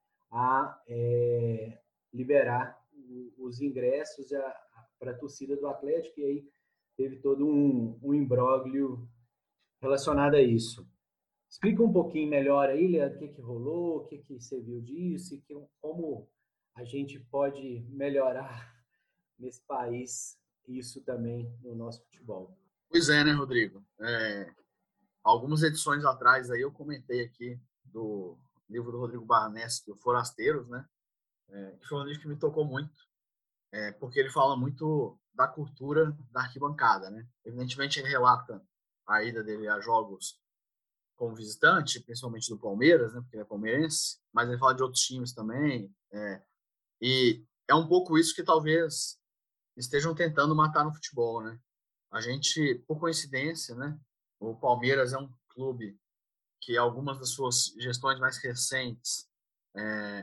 S1: a é, liberar os ingressos para a torcida do Atlético, e aí teve todo um, um imbróglio relacionado a isso. Explica um pouquinho melhor aí, Leandro, o que, que rolou, o que, que você viu disso e que, como a gente pode melhorar nesse país isso também no nosso futebol.
S2: Pois é, né, Rodrigo? É, algumas edições atrás aí eu comentei aqui do livro do Rodrigo Barnes, do Forasteiros, né? É, que foi um livro que me tocou muito, é, porque ele fala muito da cultura da arquibancada, né? Evidentemente ele relata a ida dele a jogos como visitante, principalmente do Palmeiras, né? Porque ele é palmeirense, mas ele fala de outros times também, é, e é um pouco isso que talvez estejam tentando matar no futebol, né? A gente, por coincidência, né? O Palmeiras é um clube que algumas das suas gestões mais recentes é,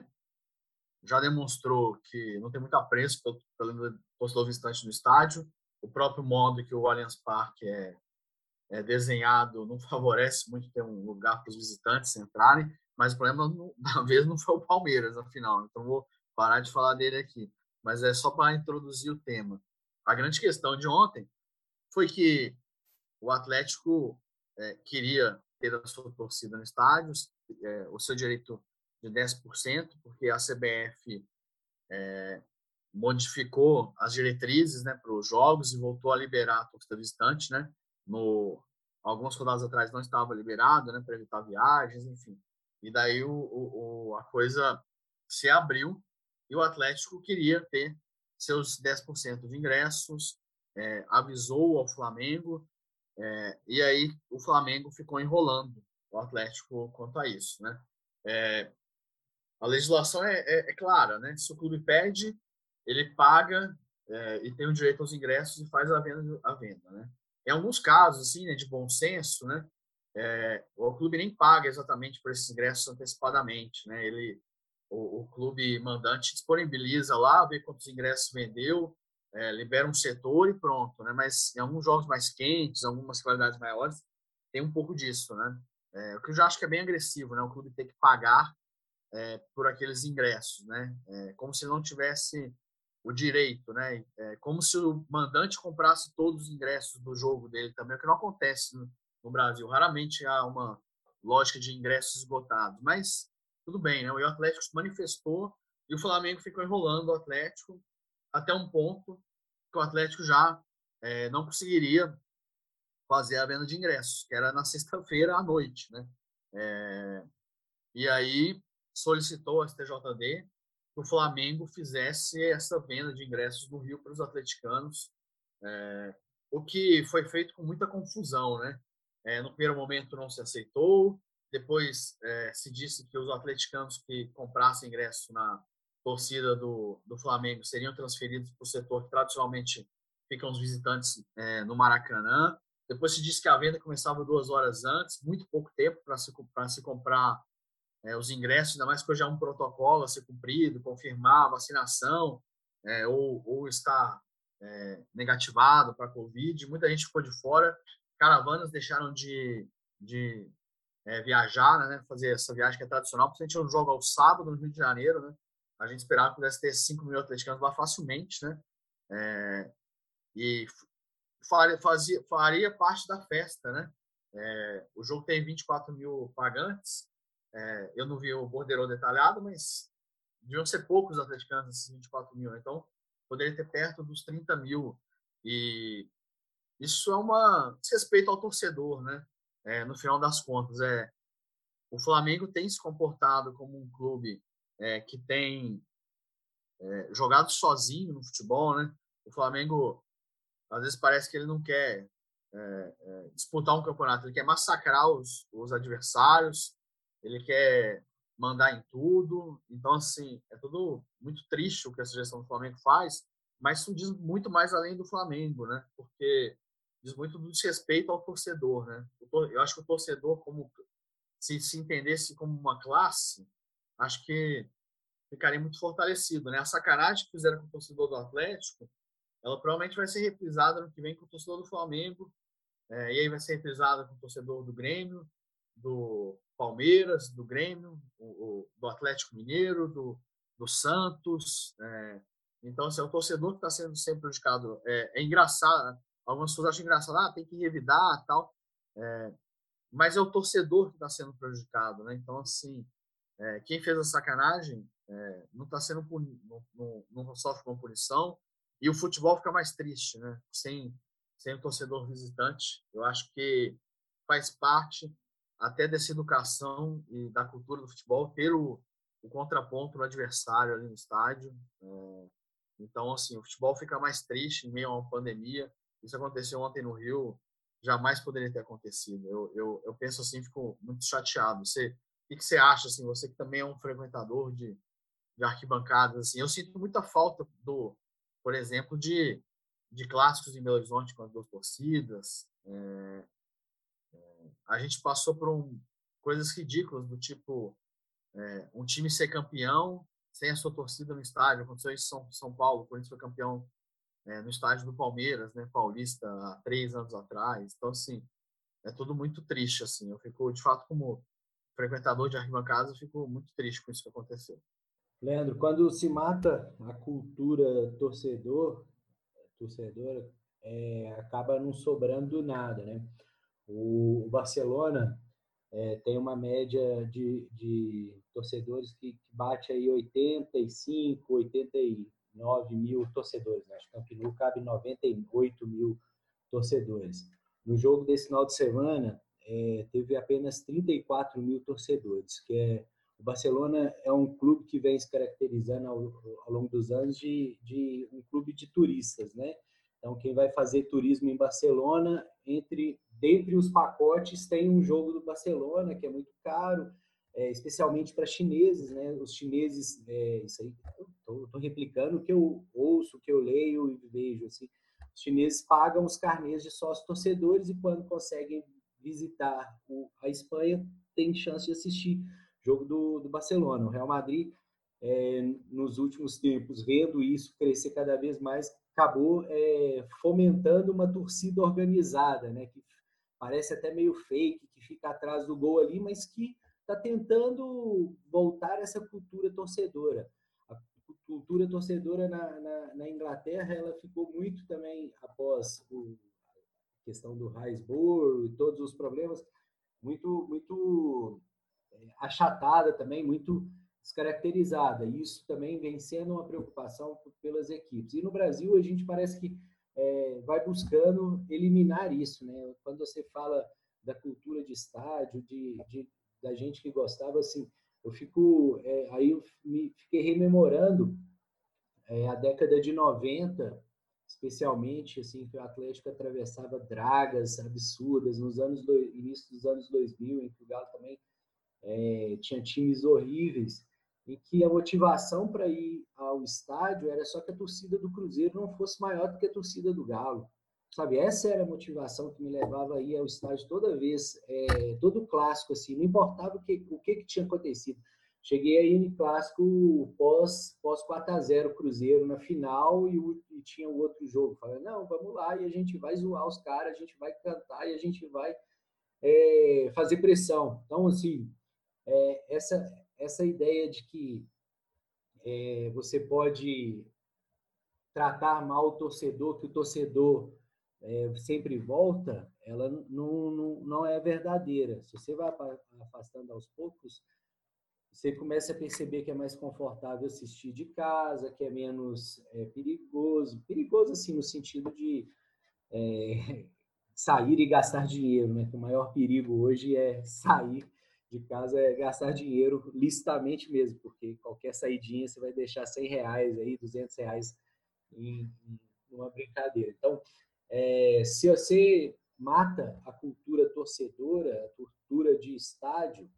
S2: já demonstrou que não tem muito apreço pelo, pelo torcedor visitante no estádio. O próprio modo que o Allianz Parque é, é desenhado não favorece muito ter um lugar para os visitantes entrarem, mas o problema da vez não foi o Palmeiras, afinal. Então vou parar de falar dele aqui. Mas é só para introduzir o tema. A grande questão de ontem foi que o Atlético é, queria ter a sua torcida no estádio, é, o seu direito de dez por cento, porque a C B F é, modificou as diretrizes, né, para os jogos e voltou a liberar a torcida visitante, né? No, algumas rodadas atrás não estava liberado, né, para evitar viagens, enfim. E daí o, o, a coisa se abriu e o Atlético queria ter seus dez por cento de ingressos, é, avisou ao Flamengo, é, e aí o Flamengo ficou enrolando o Atlético quanto a isso, né? É, a legislação é, é, é clara, né? Se o clube pede, ele paga é, e tem o direito aos ingressos e faz a venda, a venda, né? Em alguns casos, assim, né, de bom senso, né? É, o clube nem paga exatamente por esses ingressos antecipadamente, né? Ele, o, o clube mandante disponibiliza lá, vê quantos ingressos vendeu, é, libera um setor e pronto, né? Mas em alguns jogos mais quentes, algumas qualidades maiores, tem um pouco disso, né? É, o que eu já acho que é bem agressivo, né? O clube ter que pagar é, por aqueles ingressos, né? É, como se não tivesse o direito, né? É, como se o mandante comprasse todos os ingressos do jogo dele também, o que não acontece no, no Brasil. Raramente há uma lógica de ingressos esgotados, mas tudo bem, né? O Atlético se manifestou e o Flamengo ficou enrolando o Atlético até um ponto que o Atlético já é, não conseguiria fazer a venda de ingressos, que era na sexta-feira à noite, né? É, e aí solicitou ao S T J D que o Flamengo fizesse essa venda de ingressos do Rio para os atleticanos, é, o que foi feito com muita confusão, né? É, no primeiro momento não se aceitou, depois é, se disse que os atleticanos que comprassem ingresso na torcida do, do Flamengo seriam transferidos para o setor que tradicionalmente ficam os visitantes é, no Maracanã. Depois se disse que a venda começava duas horas antes, muito pouco tempo para se, para se comprar é, os ingressos, ainda mais que hoje é um protocolo a ser cumprido, confirmar a vacinação é, ou, ou estar é, negativado para a Covid. Muita gente ficou de fora, caravanas deixaram de, de é, viajar, né, fazer essa viagem que é tradicional, porque a gente não joga ao sábado no Rio de Janeiro, né? A gente esperava que pudesse ter cinco mil atleticanos lá facilmente, né? É, e faria, fazia, faria parte da festa, né? É, o jogo tem vinte e quatro mil pagantes. É, eu não vi o borderô detalhado, mas deviam ser poucos atleticanos, esses vinte e quatro mil. Então, poderia ter perto dos trinta mil. E isso é uma desrespeito ao torcedor, né? É, no final das contas, é, o Flamengo tem se comportado como um clube é, que tem é, jogado sozinho no futebol, né? O Flamengo, às vezes, parece que ele não quer é, é, disputar um campeonato, ele quer massacrar os, os adversários, ele quer mandar em tudo. Então, assim, é tudo muito triste o que essa gestão do Flamengo faz, mas isso diz muito mais além do Flamengo, né? Porque diz muito do desrespeito ao torcedor, né? Eu acho que o torcedor, como se se entendesse como uma classe, acho que ficaria muito fortalecido, né? A sacanagem que fizeram com o torcedor do Atlético, ela provavelmente vai ser reprisada no que vem com o torcedor do Flamengo, é, e aí vai ser reprisada com o torcedor do Grêmio, do Palmeiras, do Grêmio, o, o, do Atlético Mineiro, do, do Santos. É, então, assim, é o torcedor que está sendo sempre prejudicado. É, é engraçado, algumas pessoas acham engraçado, ah, tem que revidar e tal, é, mas é o torcedor que está sendo prejudicado, né? Então, assim, é, quem fez a sacanagem é, não está sendo puni- não, não, não sofre uma punição, e o futebol fica mais triste, né? Sem, sem o torcedor visitante. Eu acho que faz parte até dessa educação e da cultura do futebol ter o, o contraponto no adversário ali no estádio. É, então, assim, o futebol fica mais triste em meio a uma pandemia. Isso aconteceu ontem no Rio, jamais poderia ter acontecido. Eu, eu, eu penso assim, fico muito chateado. Você, o que, que você acha, assim, você que também é um frequentador de, de arquibancadas, assim, eu sinto muita falta do, por exemplo, de, de clássicos em Belo Horizonte com as duas torcidas. É, a gente passou por um, coisas ridículas, do tipo é, um time ser campeão sem a sua torcida no estádio. Aconteceu isso em São, São Paulo, o Corinthians foi campeão é, no estádio do Palmeiras, né, Paulista, há três anos atrás. Então, assim, é tudo muito triste, assim. Eu fico, de fato, como frequentador de arquibancada, eu fico muito triste com isso que aconteceu.
S1: Leandro, quando se mata a cultura torcedor, torcedora, é, acaba não sobrando nada, né? O Barcelona é, tem uma média de, de torcedores que, que bate aí oitenta e cinco, oitenta e nove mil torcedores, né? Acho que o Camp Nou cabe noventa e oito mil torcedores. No jogo desse final de semana, é, teve apenas trinta e quatro mil torcedores, que é o Barcelona é um clube que vem se caracterizando ao, ao longo dos anos de, de um clube de turistas, né? Então, quem vai fazer turismo em Barcelona, entre dentre os pacotes tem um jogo do Barcelona, que é muito caro, é, especialmente para chineses, né? Os chineses, é, isso aí, estou replicando o que eu ouço, o que eu leio e vejo, assim, os chineses pagam os carnês de sócios torcedores e quando conseguem visitar o, a Espanha, tem chance de assistir jogo do, do Barcelona. O Real Madrid, é, nos últimos tempos, vendo isso crescer cada vez mais, acabou é, fomentando uma torcida organizada, né? Que parece até meio fake, que fica atrás do gol ali, mas que está tentando voltar essa cultura torcedora. A cultura torcedora na, na, na Inglaterra, ela ficou muito também, após o, a questão do Hillsborough e todos os problemas, muito, muito achatada também, muito descaracterizada. E isso também vem sendo uma preocupação pelas equipes. E no Brasil, a gente parece que é, vai buscando eliminar isso, né? Quando você fala da cultura de estádio, de, de da gente que gostava, assim, eu fico, é, aí eu me fiquei rememorando é, a década de noventa, especialmente, assim, que o Atlético atravessava dragas absurdas nos anos do, início dos anos dois mil, em que o Galo também é, tinha times horríveis, e que a motivação para ir ao estádio era só que a torcida do Cruzeiro não fosse maior do que a torcida do Galo. Sabe, essa era a motivação que me levava a ir ao estádio toda vez, é, todo clássico, assim, não importava o que, o que, que tinha acontecido. Cheguei aí no clássico pós, pós quatro a zero Cruzeiro na final e, o, e tinha o outro jogo. Falei, não, vamos lá e a gente vai zoar os caras, a gente vai cantar e a gente vai é, fazer pressão. Então, assim, é, essa, essa ideia de que é, você pode tratar mal o torcedor, que o torcedor é, sempre volta, ela não, não, não é verdadeira. Se você vai afastando aos poucos, você começa a perceber que é mais confortável assistir de casa, que é menos é, perigoso. Perigoso, assim, no sentido de é, sair e gastar dinheiro, né? O maior perigo hoje é sair de casa, é gastar dinheiro licitamente mesmo, porque qualquer saidinha você vai deixar cem reais, aí, duzentos reais em, em uma brincadeira. Então, é, se você mata a cultura torcedora, a cultura de estádio,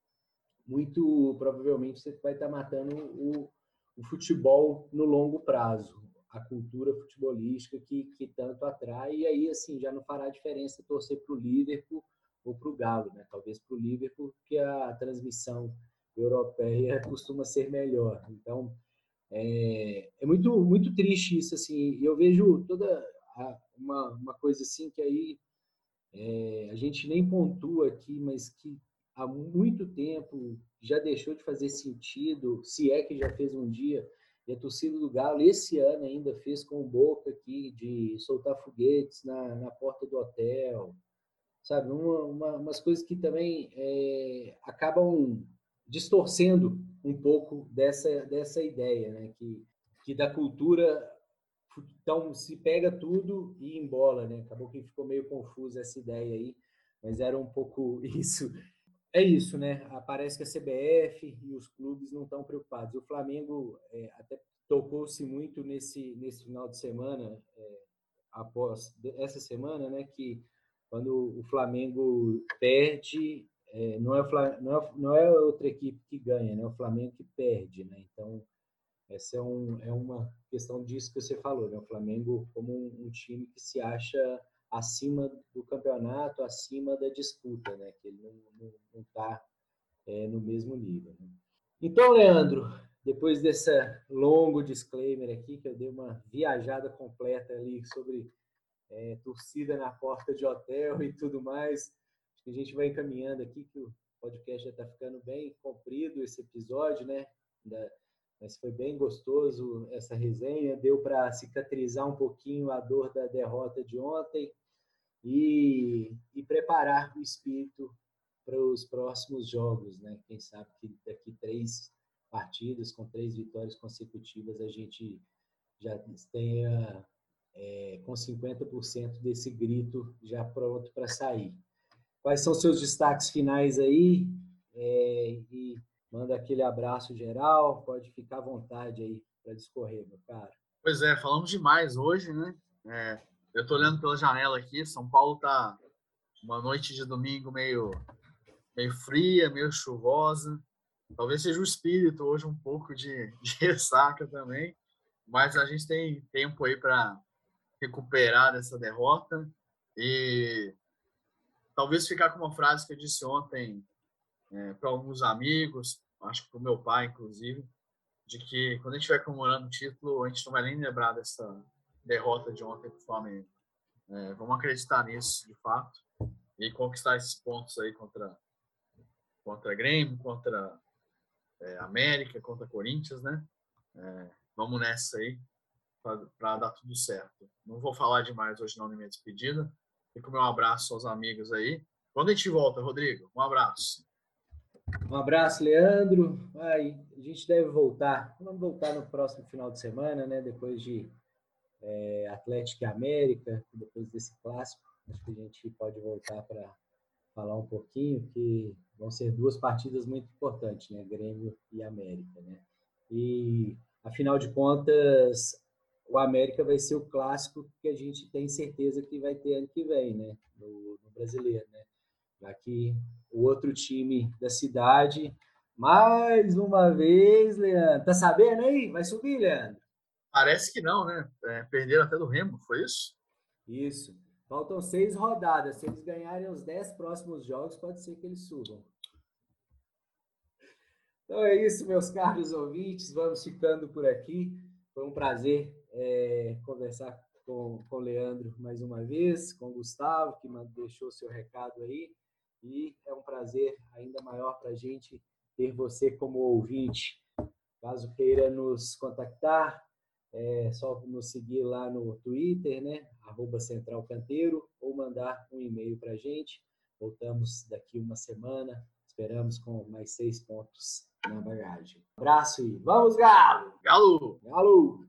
S1: muito provavelmente você vai estar matando o, o futebol no longo prazo, a cultura futebolística que, que tanto atrai, e aí assim já não fará diferença torcer para o Liverpool ou para o Galo, né? Talvez para o Liverpool, porque a transmissão europeia costuma ser melhor. Então, é, é muito, muito triste isso, assim. Eu vejo toda a, uma, uma coisa assim que aí é, a gente nem pontua aqui, mas que há muito tempo já deixou de fazer sentido, se é que já fez um dia, e a torcida do Galo, esse ano ainda fez com o Boca aqui, de soltar foguetes na, na porta do hotel, sabe? Uma, uma, umas coisas que também é, acabam distorcendo um pouco dessa, dessa ideia, né? Que, que da cultura, então se pega tudo e embola, né? Acabou que ficou meio confusa essa ideia aí, mas era um pouco isso. É isso, né? Parece que a C B F e os clubes não estão preocupados. O Flamengo é, até tocou-se muito nesse, nesse final de semana, é, após essa semana, né? Que quando o Flamengo perde, é, não, é o, não, é, não é outra equipe que ganha, né? É o Flamengo que perde, né? Então, essa é, um, é uma questão disso que você falou, né? O Flamengo como um, um time que se acha acima do campeonato, acima da disputa, né? Que ele não está é, no mesmo nível. Né? Então, Leandro, depois desse longo disclaimer aqui, que eu dei uma viajada completa ali sobre é, torcida na porta de hotel e tudo mais, acho que a gente vai encaminhando aqui, que o podcast já está ficando bem comprido, esse episódio, né? Da, mas foi bem gostoso essa resenha, deu para cicatrizar um pouquinho a dor da derrota de ontem e, e preparar o espírito para os próximos jogos, né? Quem sabe que daqui três partidas, com três vitórias consecutivas, a gente já tenha é, com cinquenta por cento desse grito já pronto para sair. Quais são seus destaques finais aí? É, e manda aquele abraço geral, pode ficar à vontade aí para discorrer, meu cara.
S2: Pois é, falamos demais hoje, né? É, eu tô olhando pela janela aqui, São Paulo tá uma noite de domingo meio, meio fria, meio chuvosa. Talvez seja o espírito hoje um pouco de, de ressaca também, mas a gente tem tempo aí para recuperar dessa derrota e talvez ficar com uma frase que eu disse ontem é, para alguns amigos, acho que para o meu pai, inclusive, de que quando a gente estiver comemorando o título, a gente não vai nem lembrar dessa derrota de ontem para o Flamengo. É, vamos acreditar nisso, de fato, e conquistar esses pontos aí contra, contra Grêmio, contra é, América, contra Corinthians, né? É, vamos nessa aí para dar tudo certo. Não vou falar demais hoje não na minha despedida. Fica o meu abraço aos amigos aí. Quando a gente volta, Rodrigo, um abraço.
S1: Um abraço, Leandro. Aí, a gente deve voltar. Vamos voltar no próximo final de semana, né? Depois de é, Atlético e América, depois desse clássico. Acho que a gente pode voltar para falar um pouquinho, que vão ser duas partidas muito importantes, né? Grêmio e América, né? E, afinal de contas, o América vai ser o clássico que a gente tem certeza que vai ter ano que vem, né? No, no Brasileiro, né? Já que o outro time da cidade, mais uma vez, Leandro, tá sabendo aí? Vai subir, Leandro?
S2: Parece que não, né? É, perderam até do Remo, foi isso?
S1: Isso. Faltam seis rodadas. Se eles ganharem os dez próximos jogos, pode ser que eles subam. Então é isso, meus caros ouvintes. Vamos ficando por aqui. Foi um prazer é, conversar com o Leandro mais uma vez, com o Gustavo, que deixou seu recado aí. E é um prazer ainda maior para a gente ter você como ouvinte. Caso queira nos contactar, é só nos seguir lá no Twitter, né? arroba Central Canteiro, ou mandar um e-mail para a gente. Voltamos daqui uma semana. Esperamos com mais seis pontos na bagagem. Um abraço e vamos, Galo!
S2: Galo!
S1: Galo!